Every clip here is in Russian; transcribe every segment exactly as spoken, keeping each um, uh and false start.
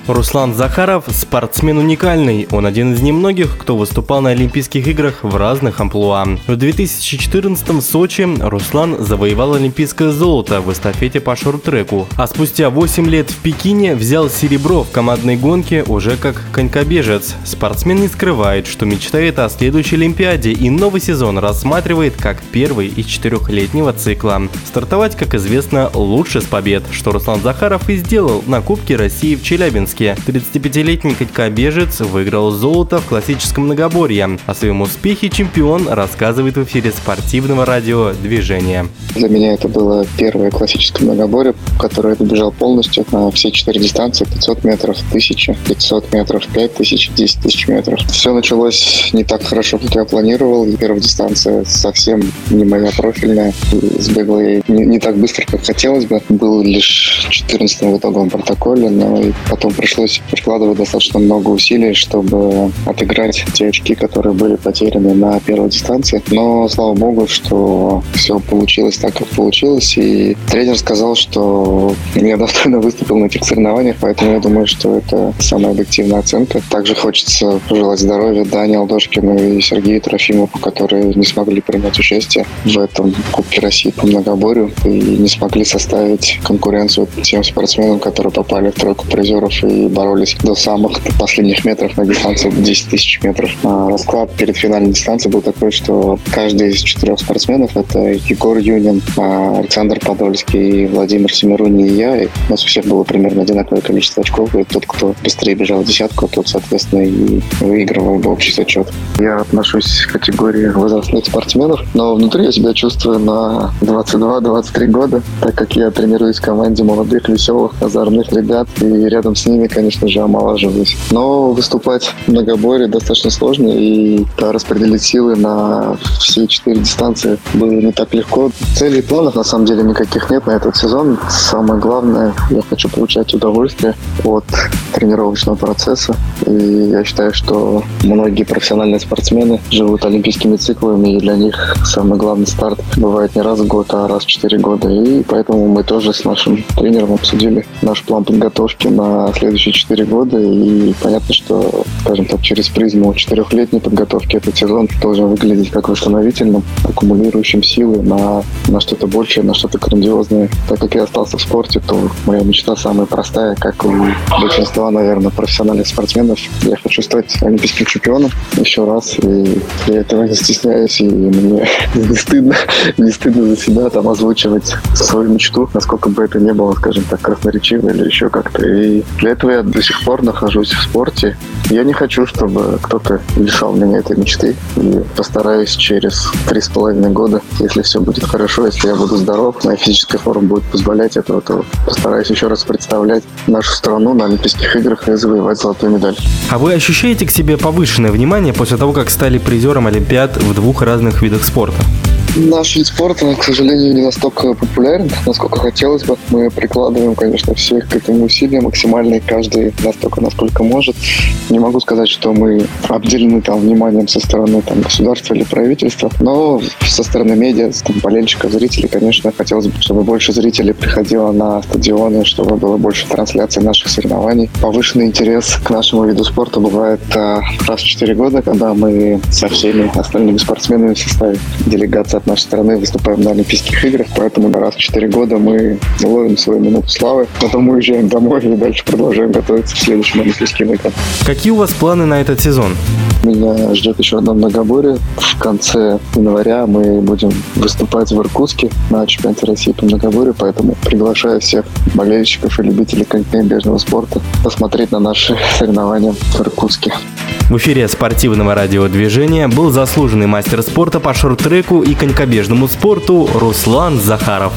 Руслан Захаров – спортсмен уникальный. Он один из немногих, кто выступал на Олимпийских играх в разных амплуа. В две тысячи четырнадцатом в Сочи Руслан завоевал олимпийское золото в эстафете по шорт-треку, а спустя восемь лет в Пекине взял серебро в командной гонке уже как конькобежец. Спортсмен не скрывает, что мечтает о следующей Олимпиаде и новый сезон рассматривает как первый из четырехлетнего цикла. Стартовать, как известно, лучше с побед, что Руслан Захаров и сделал на Кубке России в Челябинске. тридцатипятилетний конькобежец выиграл золото в классическом многоборье. О своем успехе чемпион рассказывает в эфире спортивного радио «Движение». Для меня это было первое классическое многоборье, которое я добежал полностью на все четыре дистанции: пятьсот метров, тысяча, пятьсот метров, пять тысяч, десять тысяч метров. Все началось не так хорошо, как я планировал. И первая дистанция совсем не моя профильная. И сбегла я не, не так быстро, как хотелось бы. Был лишь четырнадцатым в итоговом протоколе, но и потом пришлось прикладывать достаточно много усилий, чтобы отыграть те очки, которые были потеряны на первой дистанции. Но, слава богу, что все получилось так, как получилось. И тренер сказал, что я достойно выступил на этих соревнованиях, поэтому я думаю, что это самая объективная оценка. Также хочется пожелать здоровья Дане Алдошкину и Сергею Трофимову, которые не смогли принять участие в этом Кубке России по многоборью и не смогли составить конкуренцию тем спортсменам, которые попали в тройку призеров и боролись до самых до последних метров на дистанции десять тысяч метров. А расклад перед финальной дистанцией был такой, что каждый из четырех спортсменов — это Егор Юнин, Александр Подольский, Владимир Семируни и я. И у нас у всех было примерно одинаковое количество очков. И тот, кто быстрее бежал десятку, тот, соответственно, и выигрывал бы общий зачет. Я отношусь к категории возрастных спортсменов, но внутри я себя чувствую на двадцать два - двадцать три года, так как я тренируюсь в команде молодых, веселых, озорных ребят, и рядом с ними, конечно же, омолаживаюсь. Но выступать в многоборье достаточно сложно, и распределить силы на все четыре дистанции было не так легко. Целей и планов, на самом деле, никаких нет на этот сезон. Самое главное, я хочу получать удовольствие от тренировочного процесса. И я считаю, что многие профессиональные спортсмены живут олимпийскими циклами, и для них самый главный старт бывает не раз в год, а раз в четыре года. И поэтому мы тоже с нашим тренером обсудили наш план подготовки на следующие четыре года. И понятно, что, скажем так, через призму четырехлетней подготовки этот сезон должен выглядеть как восстановительным, аккумулирующим силы на, на что-то большее, на что-то грандиозное. Так как я остался в спорте, то моя мечта самая простая, как у большинства, наверное, профессиональных спортсменов. Я хочу стать олимпийским чемпионом еще раз, и я этого не стесняюсь, и мне не стыдно, не стыдно за себя там озвучивать свою мечту, насколько бы это ни было, скажем так, красноречиво или еще как-то. И для этого я до сих пор нахожусь в спорте. Я не хочу, чтобы кто-то лишал меня этой мечты, и постараюсь через три с половиной года, если все будет хорошо, если я буду здоров, моя физическая форма будет позволять этого, то постараюсь еще раз представлять нашу страну на Олимпийских играх и завоевать золотую медаль. А вы ощущаете к себе повышенное внимание после того, как стали призером Олимпиад в двух разных видах спорта? Наш вид спорта, к сожалению, не настолько популярен, насколько хотелось бы. Мы прикладываем, конечно, все к этому усилия максимальные, каждый настолько, насколько может. Не могу сказать, что мы обделены там вниманием со стороны там, государства или правительства, но со стороны медиа, там, болельщиков, зрителей, конечно, хотелось бы, чтобы больше зрителей приходило на стадионы, чтобы было больше трансляций наших соревнований. Повышенный интерес к нашему виду спорта бывает а, раз в четыре года, когда мы со всеми остальными спортсменами в составе делегации от нашей страны выступаем на Олимпийских играх, поэтому на раз в четыре года мы ловим свою минуту славы, потом уезжаем домой и дальше продолжаем готовиться к следующим Олимпийским играм. Какие у вас планы на этот сезон? Меня ждет еще одно многоборье. В конце января мы будем выступать в Иркутске на чемпионате России по многоборью, поэтому приглашаю всех болельщиков и любителей конькобежного спорта посмотреть на наши соревнования в Иркутске. В эфире спортивного радиодвижения был заслуженный мастер спорта по шорт-треку и конькобежному спорту Руслан Захаров.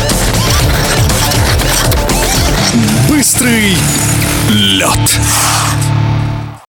Быстрый лед.